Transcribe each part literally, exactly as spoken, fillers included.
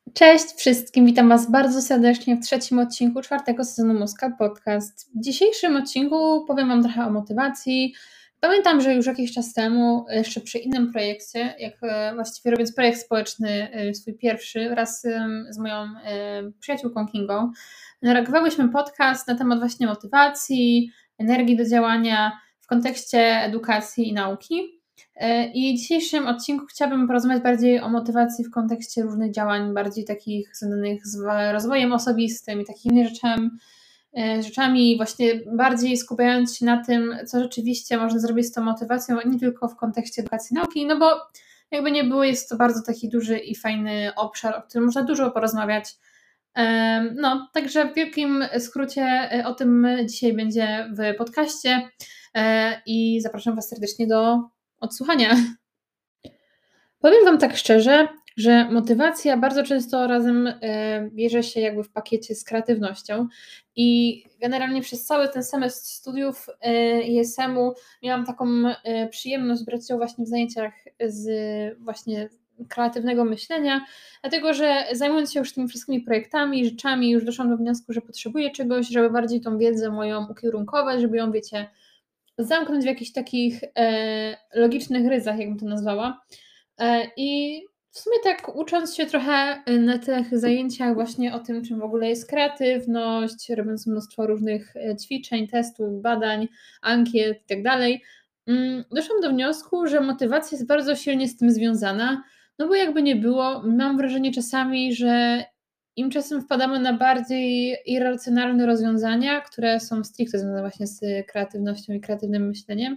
Cześć wszystkim, witam Was bardzo serdecznie w trzecim odcinku czwartego sezonu Muska Podcast. W dzisiejszym odcinku powiem Wam trochę o motywacji. Pamiętam, że już jakiś czas temu, jeszcze przy innym projekcie, jak e, właściwie robiąc projekt społeczny, e, swój pierwszy, wraz em, z moją e, przyjaciółką Kingą, nagrywałyśmy podcast na temat właśnie motywacji, energii do działania w kontekście edukacji i nauki. E, I w dzisiejszym odcinku chciałabym porozmawiać bardziej o motywacji w kontekście różnych działań, bardziej takich związanych z rozwojem osobistym i takimi rzeczami, e, rzeczami, właśnie bardziej skupiając się na tym, co rzeczywiście można zrobić z tą motywacją, a nie tylko w kontekście edukacji i nauki, no bo jakby nie było, jest to bardzo taki duży i fajny obszar, o którym można dużo porozmawiać. E, No, także w wielkim skrócie e, o tym dzisiaj będzie w podcaście e, i zapraszam Was serdecznie do odsłuchania. Powiem Wam tak szczerze, że motywacja bardzo często razem, e, bierze się jakby w pakiecie z kreatywnością i generalnie przez cały ten semestr studiów, e, I S M-u miałam taką, e, przyjemność brać udział właśnie w zajęciach z właśnie kreatywnego myślenia, dlatego że zajmując się już tymi wszystkimi projektami, rzeczami, już doszłam do wniosku, że potrzebuję czegoś, żeby bardziej tą wiedzę moją ukierunkować, żeby ją, wiecie, zamknąć w jakichś takich, e, logicznych ryzach, jakbym to nazwała. E, I w sumie tak ucząc się trochę na tych zajęciach właśnie o tym, czym w ogóle jest kreatywność, robiąc mnóstwo różnych e, ćwiczeń, testów, badań, ankiet i tak dalej, mm, doszłam do wniosku, że motywacja jest bardzo silnie z tym związana, no bo jakby nie było, mam wrażenie czasami, że im czasem wpadamy na bardziej irracjonalne rozwiązania, które są stricte związane właśnie z kreatywnością i kreatywnym myśleniem,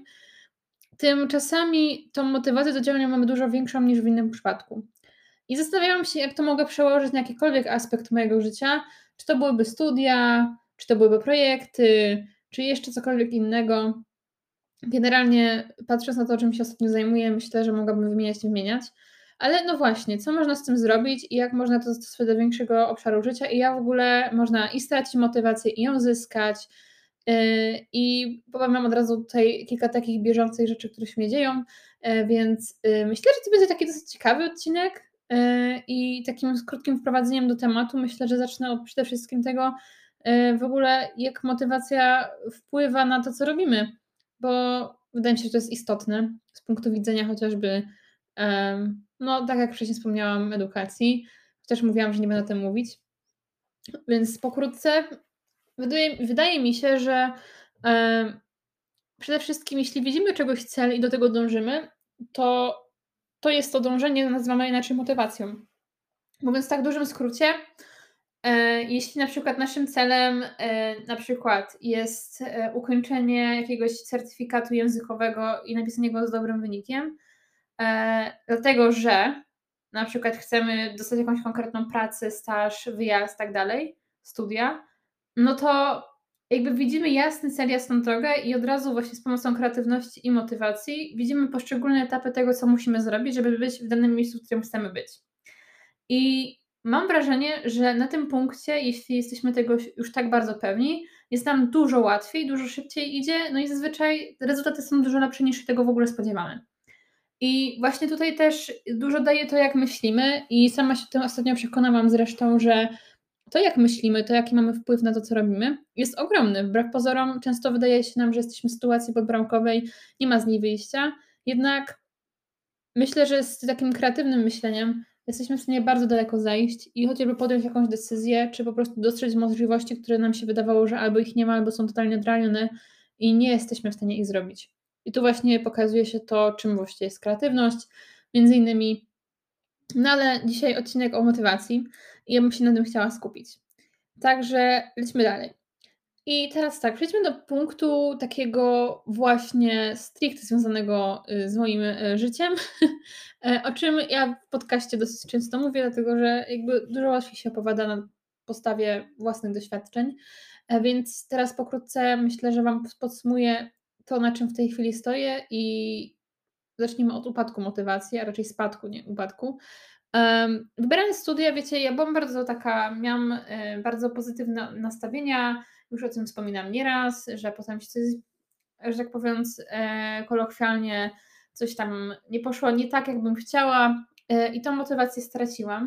tym czasami tą motywację do działania mamy dużo większą niż w innym przypadku. I zastanawiałam się, jak to mogę przełożyć na jakikolwiek aspekt mojego życia, czy to byłyby studia, czy to byłyby projekty, czy jeszcze cokolwiek innego. Generalnie patrząc na to, czym się ostatnio zajmuję, myślę, że mogłabym wymieniać i wymieniać. Ale no właśnie, co można z tym zrobić i jak można to zastosować do większego obszaru życia i jak w ogóle można i stracić motywację, i ją zyskać. Yy, I powiem Wam od razu tutaj kilka takich bieżących rzeczy, które się mnie dzieją, yy, więc yy, myślę, że to będzie taki dosyć ciekawy odcinek yy, i takim krótkim wprowadzeniem do tematu myślę, że zacznę od przede wszystkim tego, yy, w ogóle jak motywacja wpływa na to, co robimy, bo wydaje mi się, że to jest istotne z punktu widzenia chociażby, em, no tak jak wcześniej wspomniałam, edukacji, chociaż mówiłam, że nie będę o tym mówić. Więc pokrótce wydaje wydaje mi się, że, em, przede wszystkim jeśli widzimy czegoś cel i do tego dążymy, to to jest to dążenie nazywamy inaczej motywacją. Mówiąc w tak dużym skrócie, e, jeśli na przykład naszym celem, e, na przykład jest, e, ukończenie jakiegoś certyfikatu językowego i napisanie go z dobrym wynikiem, e, dlatego że na przykład chcemy dostać jakąś konkretną pracę, staż, wyjazd, tak dalej, studia, no to jakby widzimy jasny cel, jasną drogę i od razu właśnie z pomocą kreatywności i motywacji widzimy poszczególne etapy tego, co musimy zrobić, żeby być w danym miejscu, w którym chcemy być. I mam wrażenie, że na tym punkcie, jeśli jesteśmy tego już tak bardzo pewni, jest nam dużo łatwiej, dużo szybciej idzie, no i zazwyczaj rezultaty są dużo lepsze niż się tego w ogóle spodziewamy. I właśnie tutaj też dużo daje to, jak myślimy, i sama się tym ostatnio przekonałam zresztą, że to, jak myślimy, to jaki mamy wpływ na to, co robimy, jest ogromny. Wbrew pozorom często wydaje się nam, że jesteśmy w sytuacji podbramkowej, nie ma z niej wyjścia, jednak myślę, że z takim kreatywnym myśleniem jesteśmy w stanie bardzo daleko zajść i chociażby podjąć jakąś decyzję, czy po prostu dostrzec możliwości, które nam się wydawało, że albo ich nie ma, albo są totalnie odrealnione i nie jesteśmy w stanie ich zrobić. I tu właśnie pokazuje się to, czym właściwie jest kreatywność, między innymi. No ale dzisiaj odcinek o motywacji i ja bym się na tym chciała skupić. Także lecimy dalej. I teraz tak, przejdźmy do punktu takiego właśnie stricte związanego, y, z moim, y, życiem, e, o czym ja w podcaście dosyć często mówię, dlatego że jakby dużo łatwiej się opowiada na podstawie własnych doświadczeń. E, więc teraz pokrótce myślę, że Wam podsumuję to, na czym w tej chwili stoję i zacznijmy od upadku motywacji, a raczej spadku, nie upadku. Em, wybierając studia, wiecie, ja byłam bardzo taka, miałam, e, bardzo pozytywne nastawienia, już o tym wspominam nieraz, że potem się coś, że tak mówiąc, e, kolokwialnie, coś tam nie poszło nie tak, jakbym chciała, e, i tą motywację straciłam.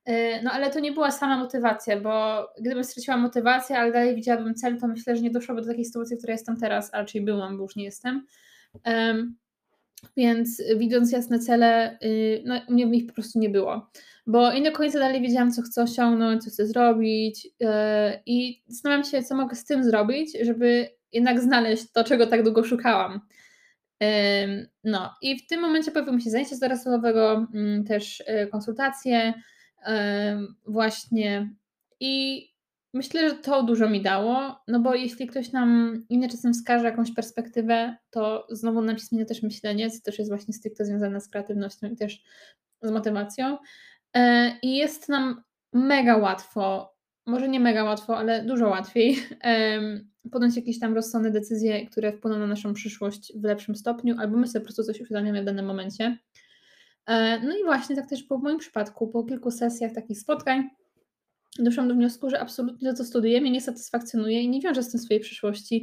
Yy, no ale to nie była sama motywacja, bo gdybym straciła motywację, ale dalej widziałabym cel, to myślę, że nie doszłoby do takiej sytuacji, w której jestem teraz, a raczej byłam, bo już nie jestem. Ym, więc widząc jasne cele, yy, no u mnie w nich po prostu nie było. Bo i nie do końca dalej wiedziałam, co chcę osiągnąć, co chcę zrobić, yy, i zastanawiam się, co mogę z tym zrobić, żeby jednak znaleźć to, czego tak długo szukałam. Ym, no i w tym momencie pojawiło mi się zajęcie z zarysowego, mm, też, yy, konsultacje, ym, właśnie i myślę, że to dużo mi dało, no bo jeśli ktoś nam inny czasem wskaże jakąś perspektywę, to znowu nam się zmienia też myślenie, co też jest właśnie stricte związane z kreatywnością i też z motywacją. Yy, I jest nam mega łatwo, może nie mega łatwo, ale dużo łatwiej, ym, podjąć jakieś tam rozsądne decyzje, które wpłyną na naszą przyszłość w lepszym stopniu, albo my sobie po prostu coś uświadamiamy w danym momencie. Yy, no i właśnie tak też było w moim przypadku. Po kilku sesjach takich spotkań doszłam do wniosku, że absolutnie to, co studiuję, mnie nie satysfakcjonuje i nie wiąże z tym swojej przyszłości.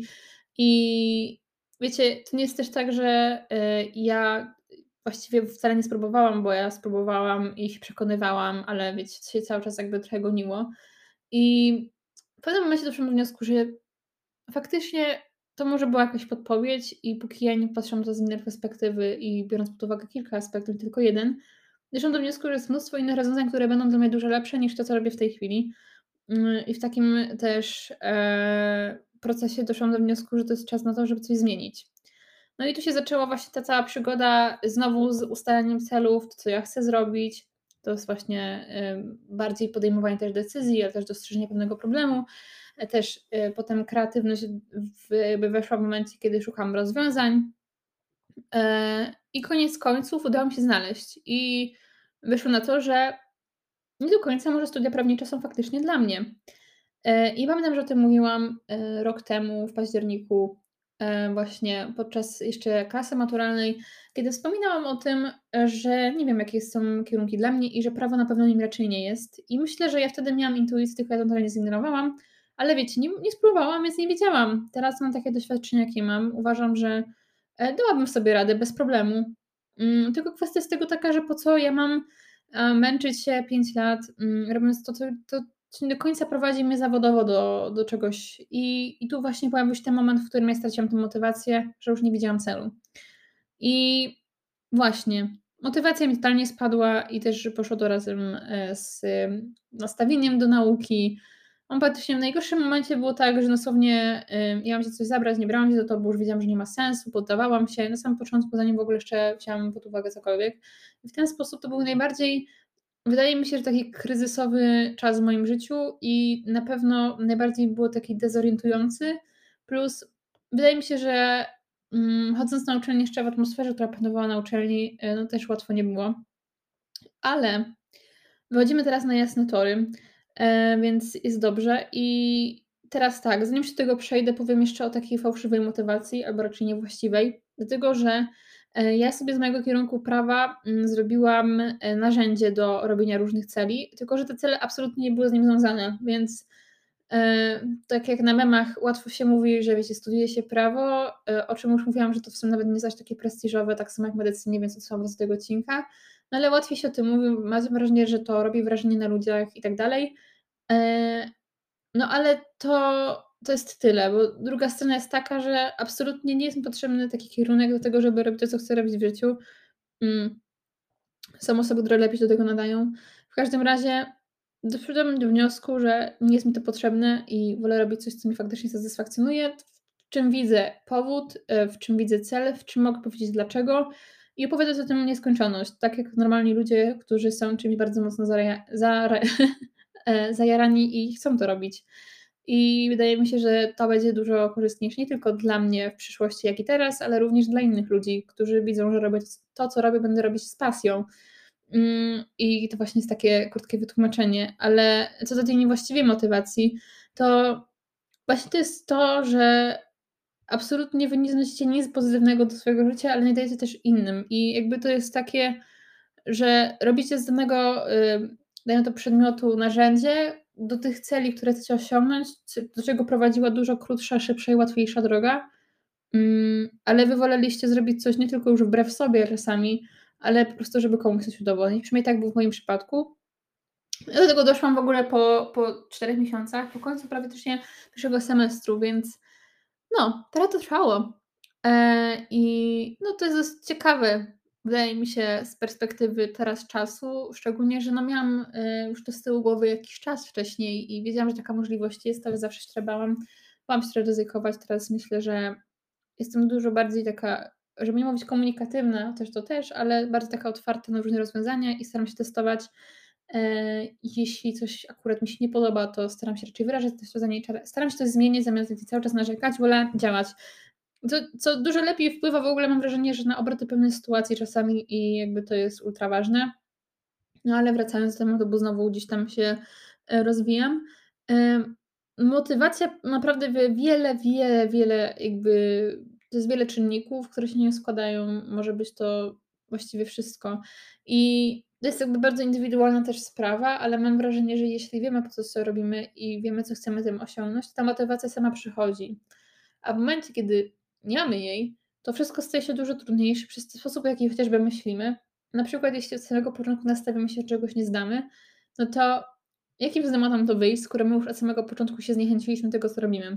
I wiecie, to nie jest też tak, że, yy, ja właściwie wcale nie spróbowałam, bo ja spróbowałam i się przekonywałam, ale wiecie, to się cały czas jakby trochę goniło. I w pewnym momencie doszłam do wniosku, że faktycznie to może była jakaś podpowiedź i póki ja nie patrzyłam na to z innej perspektywy i biorąc pod uwagę kilka aspektów, nie tylko jeden, doszłam do wniosku, że jest mnóstwo innych rozwiązań, które będą dla mnie dużo lepsze niż to, co robię w tej chwili. Yy, i w takim też, yy, procesie doszłam do wniosku, że to jest czas na to, żeby coś zmienić. No i tu się zaczęła właśnie ta cała przygoda znowu z ustalaniem celów, to co ja chcę zrobić. To jest właśnie, yy, bardziej podejmowanie też decyzji, ale też dostrzeżenie pewnego problemu. Yy, też, yy, potem kreatywność w jakby weszła w momencie, kiedy szukam rozwiązań. Yy, I koniec końców udało mi się znaleźć i wyszło na to, że nie do końca może studia prawnicze są faktycznie dla mnie. Yy, i pamiętam, że o tym mówiłam, yy, rok temu w październiku, yy, właśnie podczas jeszcze klasy maturalnej, kiedy wspominałam o tym, że nie wiem, jakie są kierunki dla mnie i że prawo na pewno nim raczej nie jest. I myślę, że ja wtedy miałam intuicję, tylko ja to totalnie zignorowałam, ale wiecie, nie nie spróbowałam, więc nie wiedziałam. Teraz mam takie doświadczenie, jakie mam. Uważam, że, yy, dałabym sobie radę bez problemu. Yy, tylko kwestia jest tego taka, że po co ja mam, yy, męczyć się pięć lat, yy, robiąc to, co to co nie do końca prowadzi mnie zawodowo do do czegoś. I i tu właśnie pojawił się ten moment, w którym ja straciłam tę motywację, że już nie widziałam celu. I właśnie, motywacja mi totalnie spadła i też poszło to razem, yy, z nastawieniem do nauki. Mam praktycznie w najgorszym momencie było tak, że dosłownie, yy, miałam się coś zabrać, nie brałam się za to, bo już wiedziałam, że nie ma sensu, poddawałam się na samym początku, zanim w ogóle jeszcze wzięłam pod uwagę cokolwiek. I w ten sposób to był najbardziej, wydaje mi się, że taki kryzysowy czas w moim życiu i na pewno najbardziej było taki dezorientujący. Plus wydaje mi się, że, mm, chodząc na uczelnię jeszcze w atmosferze, która panowała na uczelni, yy, no też łatwo nie było. Ale wychodzimy teraz na jasne tory, yy, więc jest dobrze. I teraz tak, zanim się do tego przejdę, powiem jeszcze o takiej fałszywej motywacji, albo raczej niewłaściwej, dlatego że, yy, ja sobie z mojego kierunku prawa, mm, zrobiłam, yy, narzędzie do robienia różnych celi, tylko że te cele absolutnie nie były z nim związane, więc, yy, tak jak na memach łatwo się mówi, że wiecie, studiuje się prawo, yy, o czym już mówiłam, że to w sumie nawet nie jest aż takie prestiżowe, tak samo jak medycynie, więc odsłaniam z tego odcinka. No ale łatwiej się o tym mówi, ma się wrażenie, że to robi wrażenie na ludziach i tak dalej. Yy, no ale to to jest tyle, bo druga strona jest taka, że absolutnie nie jest mi potrzebny taki kierunek do tego, żeby robić to, co chcę robić w życiu. Mmh. Są osoby, które lepiej się do tego nadają. W każdym razie doszłam do wniosku, że nie jest mi to potrzebne i wolę robić coś, co mnie faktycznie satysfakcjonuje, w czym widzę powód, yy, w czym widzę cel, w czym mogę powiedzieć dlaczego i opowiadać o tym w nieskończoność, tak jak normalni ludzie, którzy są czymś bardzo mocno zaraja zara yy, zajarani i chcą to robić. I wydaje mi się, że to będzie dużo korzystniejsze nie tylko dla mnie w przyszłości, jak i teraz, ale również dla innych ludzi, którzy widzą, że robię to, co robię, będę robić z pasją. Mmh, i to właśnie jest takie krótkie wytłumaczenie. Ale co do tej niewłaściwej motywacji, to właśnie to jest to, że absolutnie wy nie znosicie nic pozytywnego do swojego życia, ale nie dajecie też innym. I jakby to jest takie, że robicie z danego, yy, dajmy to przedmiotu narzędzie do tych celi, które chcecie osiągnąć, c do czego prowadziła dużo krótsza, szybsza i łatwiejsza droga. Mmh, ale wy woleliście zrobić coś nie tylko już wbrew sobie czasami, ale po prostu, żeby komuś coś udowodnić. Przynajmniej tak było w moim przypadku. Ja do tego doszłam w ogóle po po czterech miesiącach, po końcu prawie też nie pierwszego semestru, więc no, trochę to trwało. Eee, I no to jest dosyć ciekawe, wydaje mi się, z perspektywy teraz czasu, szczególnie, że no miałam, eee, już to z tyłu głowy jakiś czas wcześniej i wiedziałam, że taka możliwość jest, ale zawsze się trochę bałam. Bałam się trochę ryzykować. Teraz myślę, że jestem dużo bardziej taka, żeby nie mówić komunikatywna, też to też, ale bardziej taka otwarta na różne rozwiązania i staram się testować. Eee, jeśli coś akurat mi się nie podoba, to staram się raczej wyrażać to rozwiązanie i czara staram się coś zmienić, zamiast cały czas narzekać, wolę działać. Co co dużo lepiej wpływa w ogóle, mam wrażenie, że na obroty pewnej sytuacji czasami i jakby to jest ultra ważne. No ale wracając do tematu, bo znowu gdzieś tam się, e, rozwijam. Em, motywacja naprawdę wie wiele, wiele, wiele jakby to jest wiele czynników, które się nie składają. Może być to właściwie wszystko. I to jest jakby bardzo indywidualna też sprawa, ale mam wrażenie, że jeśli wiemy, po co co robimy i wiemy, co chcemy tym osiągnąć, to ta motywacja sama przychodzi. A w momencie, kiedy nie mamy jej, to wszystko staje się dużo trudniejsze przez sposób, w jaki chociażby myślimy. Na przykład, jeśli od samego początku nastawimy się, że czegoś nie zdamy, no to jakim cudem ma nam to wyjść, skoro my już od samego początku się zniechęciliśmy do tego, co robimy.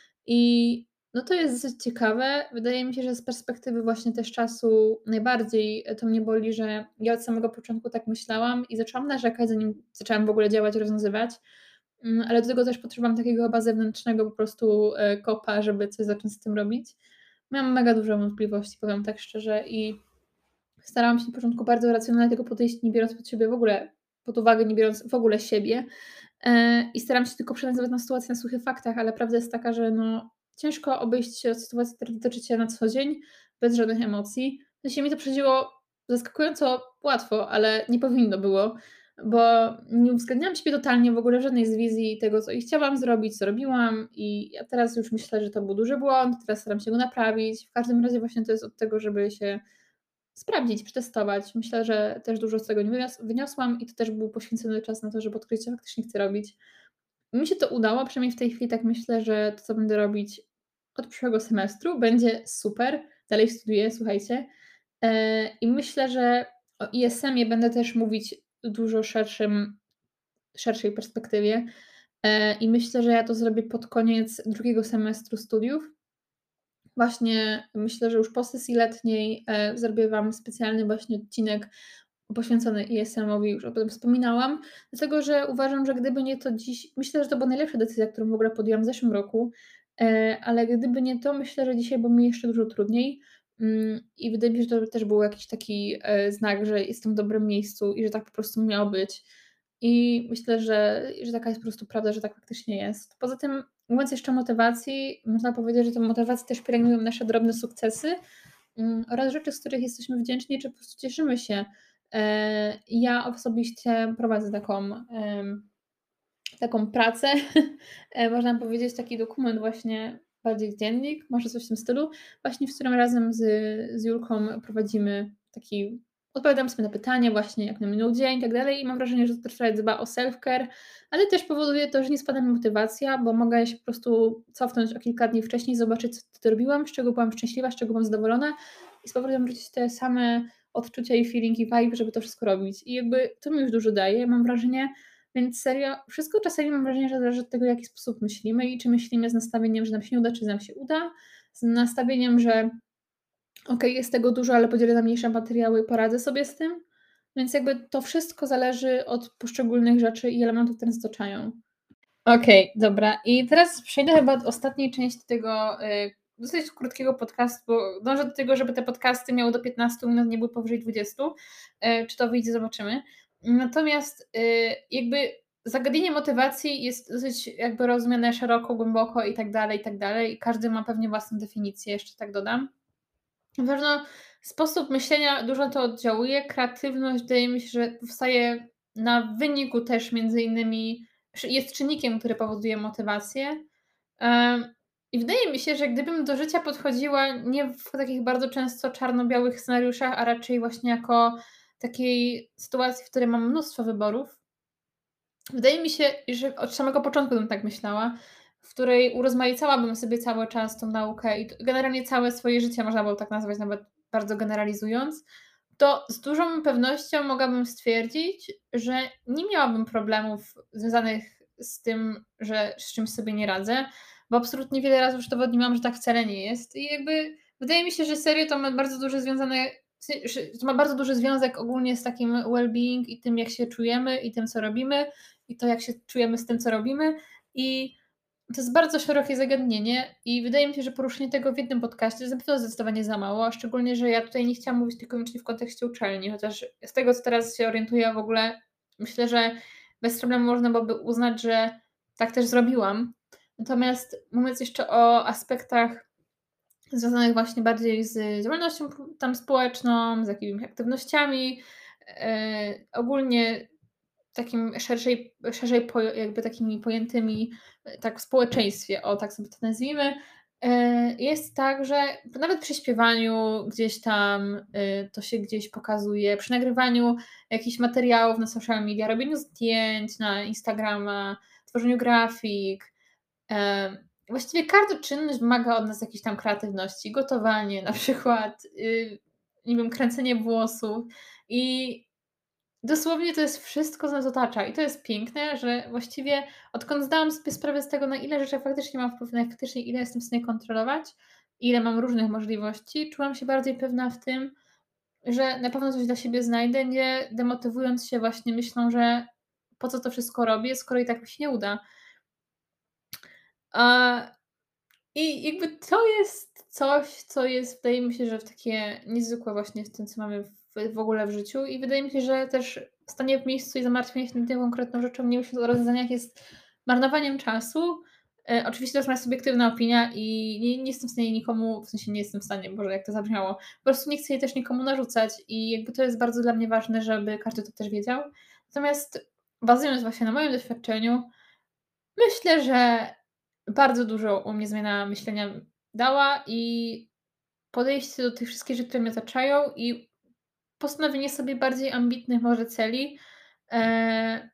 I no to jest dosyć ciekawe. Wydaje mi się, że z perspektywy właśnie też czasu najbardziej to mnie boli, że ja od samego początku tak myślałam i zaczęłam narzekać, zanim zaczęłam w ogóle działać, rozwiązywać. Mm, ale do tego też potrzebowałam takiego chyba zewnętrznego po prostu, e, kopa, żeby coś zacząć z tym robić. Miałam mega dużo wątpliwości, powiem tak szczerze, i starałam się na początku bardzo racjonalnie do tego podejść, nie biorąc pod siebie w ogóle pod uwagę, nie biorąc w ogóle siebie, e, i starałam się tylko przeanalizować tę sytuację na suchych faktach, ale prawda jest taka, że no, ciężko obejść się od sytuacji, która dotyczy cię na co dzień, bez żadnych emocji. W sensie mi to przechodziło zaskakująco łatwo, ale nie powinno było, bo nie uwzględniałam siebie totalnie w ogóle w żadnej z wizji tego, co i chciałam zrobić, co robiłam, i ja teraz już myślę, że to był duży błąd, teraz staram się go naprawić. W każdym razie właśnie to jest od tego, żeby się sprawdzić, przetestować. Myślę, że też dużo z tego nie wynios wyniosłam i to też był poświęcony czas na to, żeby odkryć, co faktycznie chcę robić. Mi się to udało, przynajmniej w tej chwili tak myślę, że to, co będę robić od przyszłego semestru, będzie super. Dalej studiuję, słuchajcie. Eee, I myślę, że o I S M-ie będę też mówić w dużo szerszym szerszej perspektywie. Eee, I myślę, że ja to zrobię pod koniec drugiego semestru studiów. Właśnie myślę, że już po sesji letniej, e, zrobię Wam specjalny właśnie odcinek poświęcony I S M-owi, już o tym wspominałam, dlatego że uważam, że gdyby nie to dziś myślę, że to była najlepsza decyzja, którą w ogóle podjęłam w zeszłym roku, e, ale gdyby nie to, myślę, że dzisiaj byłoby mi jeszcze dużo trudniej, mm, i wydaje mi się, że to też był jakiś taki, e, znak, że jestem w dobrym miejscu i że tak po prostu miało być. I myślę, że że taka jest po prostu prawda, że tak faktycznie jest. Poza tym, mówiąc jeszcze o motywacji, można powiedzieć, że tę motywację też pielęgnują nasze drobne sukcesy, mm, oraz rzeczy, z których jesteśmy wdzięczni, czy po prostu cieszymy się. Eee, ja osobiście prowadzę taką, em, taką pracę, e, można powiedzieć, taki dokument właśnie, bardziej dziennik, może coś w tym stylu, właśnie w którym razem z z Julką prowadzimy taki odpowiadamy sobie na pytania właśnie, jak nam minął dzień i tak dalej, i mam wrażenie, że to też trochę dba o self-care, ale też powoduje to, że nie spada mi motywacja, bo mogę się po prostu cofnąć o kilka dni wcześniej, zobaczyć, co wtedy robiłam, z czego byłam szczęśliwa, z czego byłam zadowolona, i z powrotem wrócić te same odczucia i feeling i vibe, żeby to wszystko robić. I jakby to mi już dużo daje, mam wrażenie, więc serio, wszystko czasami mam wrażenie, że zależy od tego, w jaki sposób myślimy i czy myślimy z nastawieniem, że nam się nie uda, czy nam się uda, z nastawieniem, że okej, jest tego dużo, ale podzielę na mniejsze materiały i poradzę sobie z tym. Więc jakby to wszystko zależy od poszczególnych rzeczy i elementów, które nas otaczają. Okej, dobra. I teraz przejdę chyba do ostatniej części tego, y, dosyć krótkiego podcastu, bo dążę do tego, żeby te podcasty miały do piętnastu minut, nie były powyżej dwudziestu. Y, czy to wyjdzie, zobaczymy. Natomiast, y, jakby zagadnienie motywacji jest dosyć jakby rozumiane szeroko, głęboko i tak dalej, i tak dalej. I każdy ma pewnie własną definicję, jeszcze tak dodam. Na pewno sposób myślenia dużo to oddziałuje. Kreatywność wydaje mi się, że powstaje na wyniku też między innymi czy jest czynnikiem, który powoduje motywację. Em, I wydaje mi się, że gdybym do życia podchodziła nie w takich bardzo często czarno-białych scenariuszach, a raczej właśnie jako takiej sytuacji, w której mam mnóstwo wyborów, wydaje mi się, że od samego początku bym tak myślała, w której urozmaicałabym sobie cały czas tą naukę i t generalnie całe swoje życie, można było tak nazwać, nawet bardzo generalizując, to z dużą pewnością mogłabym stwierdzić, że nie miałabym problemów związanych z tym, że z czymś sobie nie radzę, bo absolutnie wiele razy już udowodniłam, że tak wcale nie jest. I jakby wydaje mi się, że serio to ma bardzo duże związane w se że to ma bardzo duży związek ogólnie z takim well-being i tym, jak się czujemy i tym, co robimy, i to, jak się czujemy z tym, co robimy. I to jest bardzo szerokie zagadnienie i wydaje mi się, że poruszenie tego w jednym podcaście jest na pewno zdecydowanie za mało, a szczególnie, że ja tutaj nie chciałam mówić tylko i wyłącznie w kontekście uczelni, chociaż z tego, co teraz się orientuję w ogóle, myślę, że bez problemu można byłoby uznać, że tak też zrobiłam. Natomiast mówiąc jeszcze o aspektach związanych właśnie bardziej z działalnością tam społeczną, z jakimiś aktywnościami, e, ogólnie takim szerszej szerzej po jakby takimi pojętymi, e, tak w społeczeństwie, o tak sobie to nazwijmy, e, jest tak, że nawet przy śpiewaniu gdzieś tam, y, to się gdzieś pokazuje, przy nagrywaniu jakichś materiałów na social media, robieniu zdjęć na Instagrama, tworzeniu grafik. Em, właściwie każda czynność wymaga od nas jakiejś tam kreatywności. Gotowanie na przykład, y, nie wiem, kręcenie włosów i dosłownie to jest wszystko, co nas otacza i to jest piękne, że właściwie odkąd zdałam sobie sprawę z tego, na ile rzeczy faktycznie mam wpływ, na faktycznie ile jestem w stanie kontrolować, ile mam różnych możliwości, czułam się bardziej pewna w tym, że na pewno coś dla siebie znajdę, nie demotywując się właśnie myślą, że po co to wszystko robię, skoro i tak mi się nie uda. A I jakby to jest coś, co jest, wydaje mi się, że w takie niezwykłe właśnie w tym, co mamy w w ogóle w życiu i wydaje mi się, że też stanie w miejscu i zamartwienie się nad tą konkretną rzeczą, nie myśląc o rozwiązaniach jest marnowaniem czasu. E, oczywiście to jest moja subiektywna opinia i nie nie jestem w stanie nikomu, w sensie nie jestem w stanie, Boże, jak to zabrzmiało, po prostu nie chcę jej też nikomu narzucać i jakby to jest bardzo dla mnie ważne, żeby każdy to też wiedział. Natomiast bazując właśnie na moim doświadczeniu, myślę, że bardzo dużo u mnie zmiana myślenia dała i podejście do tych wszystkich rzeczy, które mnie otaczają i postanowienie sobie bardziej ambitnych może celi, eee,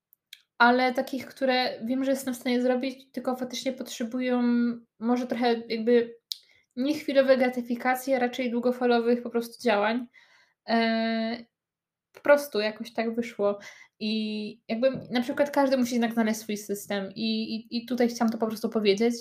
ale takich, które wiem, że jestem w stanie zrobić, tylko faktycznie potrzebują może trochę jakby nie chwilowej gratyfikacji, a raczej długofalowych po prostu działań. Eee, po prostu jakoś tak wyszło. I jakby na przykład każdy musi jednak znaleźć swój system i i i tutaj chciałam to po prostu powiedzieć.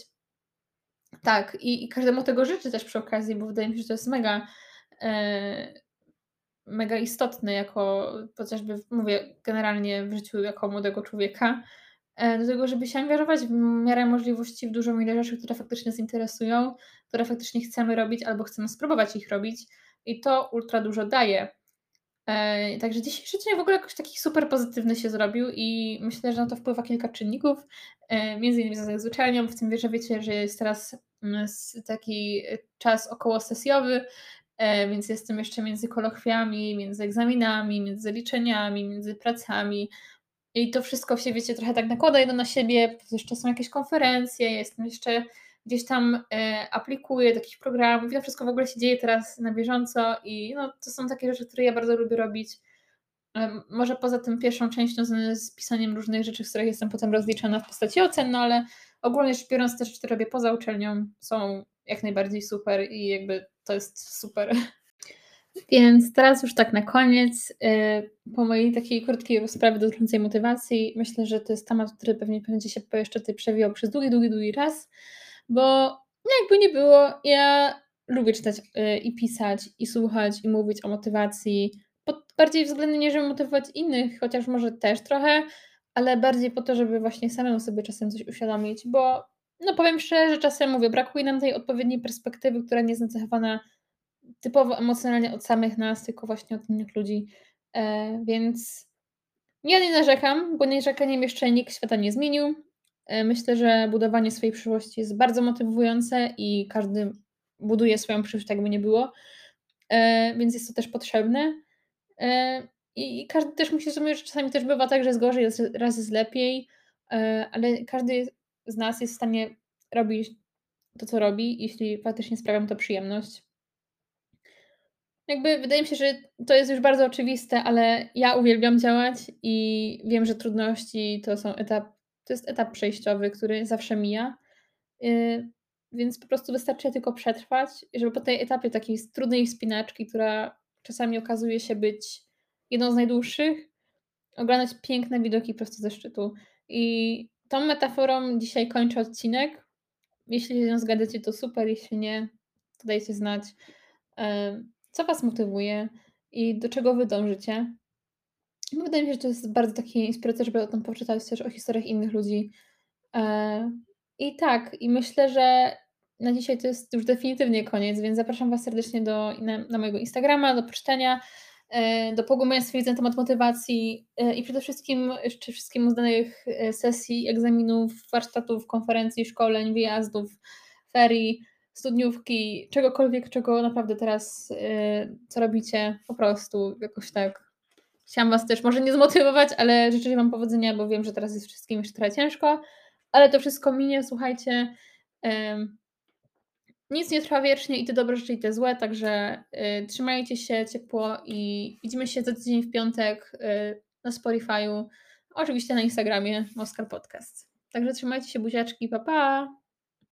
Tak, i i każdemu tego życzę też przy okazji, bo wydaje mi się, że to jest mega, eee, mega istotne jako chociażby w mówię generalnie w życiu jako młodego człowieka, e, do tego, żeby się angażować w miarę możliwości w dużą ilość rzeczy, które faktycznie nas interesują, które faktycznie chcemy robić albo chcemy spróbować ich robić i to ultra dużo daje. Eee, także dzisiejszy dzień w ogóle jakoś taki super pozytywny się zrobił i myślę, że na to wpływa kilka czynników, eee, między innymi związanych z uczelnią. W tym że wiecie, że jest teraz, mm, s taki, y, czas okołosesjowy, eee, więc jestem jeszcze między kolokwiami, między egzaminami, między zaliczeniami, między pracami i to wszystko się, wiecie, trochę tak nakłada jedno na siebie, plus jeszcze są jakieś konferencje, jestem jeszcze gdzieś tam, e, aplikuję do jakichś programów i to wszystko w ogóle się dzieje teraz na bieżąco i no, to są takie rzeczy, które ja bardzo lubię robić. Em, może poza tym pierwszą częścią związaną z pisaniem różnych rzeczy, z których jestem potem rozliczana w postaci ocen, no ale ogólnie rzecz biorąc te rzeczy, które robię poza uczelnią są jak najbardziej super i jakby to jest super. Więc teraz już tak na koniec, y, po mojej takiej krótkiej rozprawie dotyczącej motywacji, myślę, że to jest temat, który pewnie będzie się jeszcze tutaj przewijał przez długi, długi, długi czas, bo no jakby nie było, ja lubię czytać, y, i pisać, i słuchać, i mówić o motywacji, pod bardziej względem nie żeby motywować innych, chociaż może też trochę, ale bardziej po to, żeby właśnie samemu sobie czasem coś uświadomić, bo no powiem szczerze, czasem mówię, brakuje nam tej odpowiedniej perspektywy, która nie jest nacechowana typowo emocjonalnie od samych nas, tylko właśnie od innych ludzi. E, więc ja nie narzekam, bo narzekaniem jeszcze nikt świata nie zmienił. E, myślę, że budowanie swojej przyszłości jest bardzo motywujące i każdy buduje swoją przyszłość, tak by nie było. E, więc jest to też potrzebne. E, i, I każdy też musi zrozumieć, że czasami też bywa tak, że jest gorzej, jest, raz jest lepiej, e, ale każdy z nas jest w stanie robić to, co robi, jeśli faktycznie sprawia mu to przyjemność. Jakby wydaje mi się, że to jest już bardzo oczywiste, ale ja uwielbiam działać i wiem, że trudności to są etap to jest etap przejściowy, który zawsze mija, yy, więc po prostu wystarczy tylko przetrwać, żeby po tej etapie takiej s trudnej wspinaczki, która czasami okazuje się być jedną z najdłuższych, oglądać piękne widoki prosto ze szczytu. I tą metaforą dzisiaj kończę odcinek. Jeśli się z nią zgadzacie, to super, jeśli nie, to dajcie znać, em, co Was motywuje i do czego Wy dążycie. Bo wydaje mi się, że to jest bardzo takie inspirujące, żeby o tym poczytać też o historiach innych ludzi. E, I tak, i myślę, że na dzisiaj to jest już definitywnie koniec, więc zapraszam Was serdecznie do, na, na mojego Instagrama, do poczytania, e, do pogłębiania swojej wiedzy na temat motywacji e, i przede wszystkim jeszcze wszystkim uzdanych e, sesji, egzaminów, warsztatów, konferencji, szkoleń, wyjazdów, ferii, studniówki, czegokolwiek, czego naprawdę teraz, e, co robicie, po prostu jakoś tak. Chciałam Was też może nie zmotywować, ale życzę Wam powodzenia, bo wiem, że teraz jest wszystkim jeszcze trochę ciężko, ale to wszystko minie, słuchajcie. Em, nic nie trwa wiecznie i te dobre rzeczy, i te złe, także y, trzymajcie się ciepło i widzimy się za tydzień w piątek y, na Spotify'u, oczywiście na Instagramie Moskal Podcast. Także trzymajcie się, buziaczki, pa pa!